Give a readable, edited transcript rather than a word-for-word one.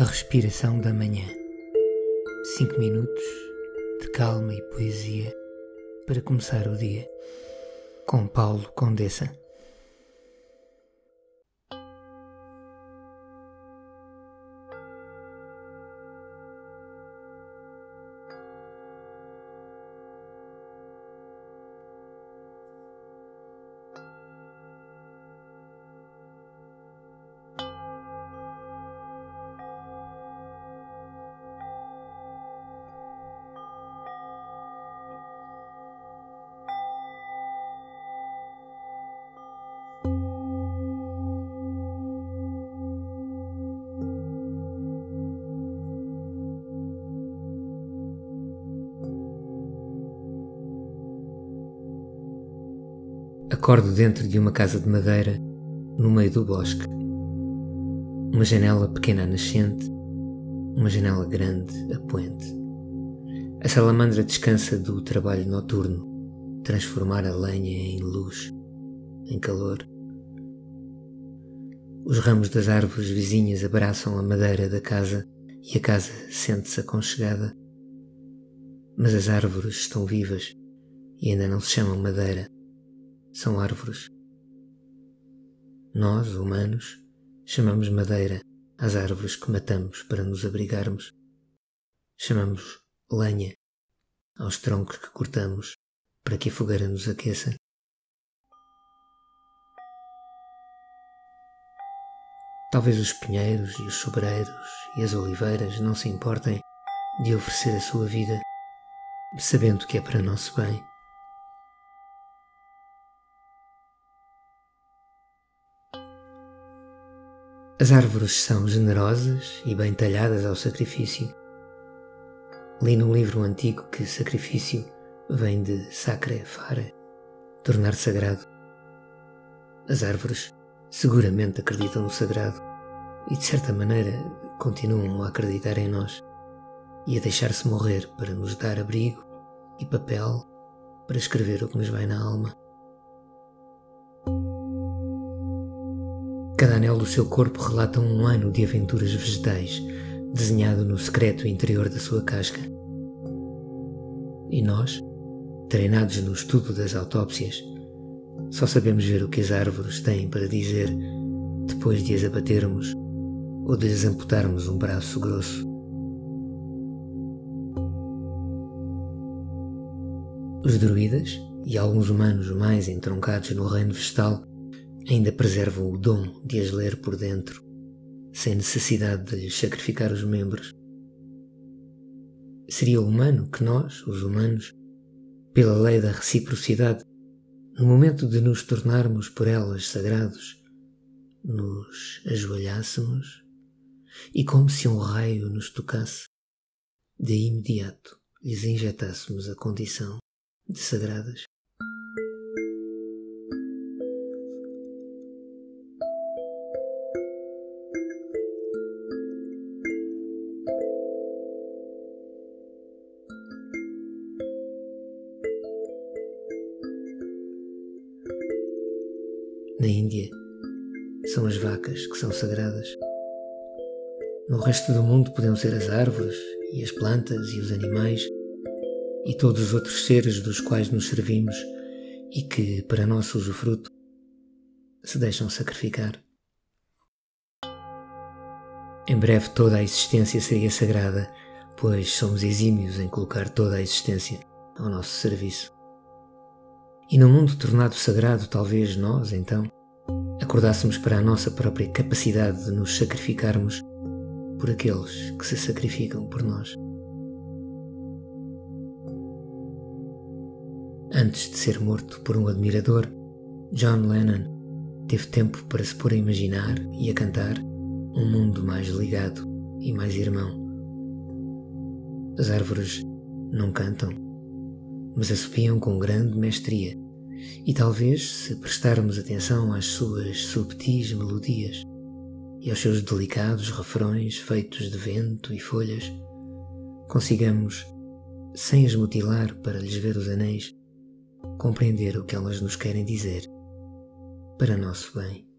A respiração da manhã. 5 minutos de calma e poesia para começar o dia. Com Paulo Condessa. Acordo dentro de uma casa de madeira, no meio do bosque. Uma janela pequena a nascente, uma janela grande a poente. A salamandra descansa do trabalho noturno, transformar a lenha em luz, em calor. Os ramos das árvores vizinhas abraçam a madeira da casa e a casa sente-se aconchegada. Mas as árvores estão vivas e ainda não se chamam madeira. São árvores. Nós, humanos, chamamos madeira às árvores que matamos para nos abrigarmos. Chamamos lenha aos troncos que cortamos para que a fogueira nos aqueça. Talvez os pinheiros e os sobreiros e as oliveiras não se importem de oferecer a sua vida, sabendo que é para nosso bem. As árvores são generosas e bem talhadas ao sacrifício. Li num livro antigo que sacrifício vem de sacre fare, tornar sagrado. As árvores seguramente acreditam no sagrado e, de certa maneira, continuam a acreditar em nós e a deixar-se morrer para nos dar abrigo e papel para escrever o que nos vai na alma. Cada anel do seu corpo relata um ano de aventuras vegetais, desenhado no secreto interior da sua casca. E nós, treinados no estudo das autópsias, só sabemos ver o que as árvores têm para dizer depois de as abatermos ou de lhes amputarmos um braço grosso. Os druidas e alguns humanos mais entroncados no reino vegetal ainda preservam o dom de as ler por dentro, sem necessidade de lhes sacrificar os membros. Seria humano que nós, os humanos, pela lei da reciprocidade, no momento de nos tornarmos por elas sagrados, nos ajoelhássemos e, como se um raio nos tocasse, de imediato lhes injetássemos a condição de sagradas. Na Índia, são as vacas que são sagradas. No resto do mundo podiam ser as árvores e as plantas e os animais e todos os outros seres dos quais nos servimos e que, para nosso usufruto, se deixam sacrificar. Em breve toda a existência seria sagrada, pois somos exímios em colocar toda a existência ao nosso serviço. E no mundo tornado sagrado, talvez nós, então, acordássemos para a nossa própria capacidade de nos sacrificarmos por aqueles que se sacrificam por nós. Antes de ser morto por um admirador, John Lennon teve tempo para se pôr a imaginar e a cantar um mundo mais ligado e mais irmão. As árvores não cantam, mas assobiam com grande mestria, e talvez, se prestarmos atenção às suas subtis melodias e aos seus delicados refrões feitos de vento e folhas, consigamos, sem as mutilar para lhes ver os anéis, compreender o que elas nos querem dizer, para nosso bem.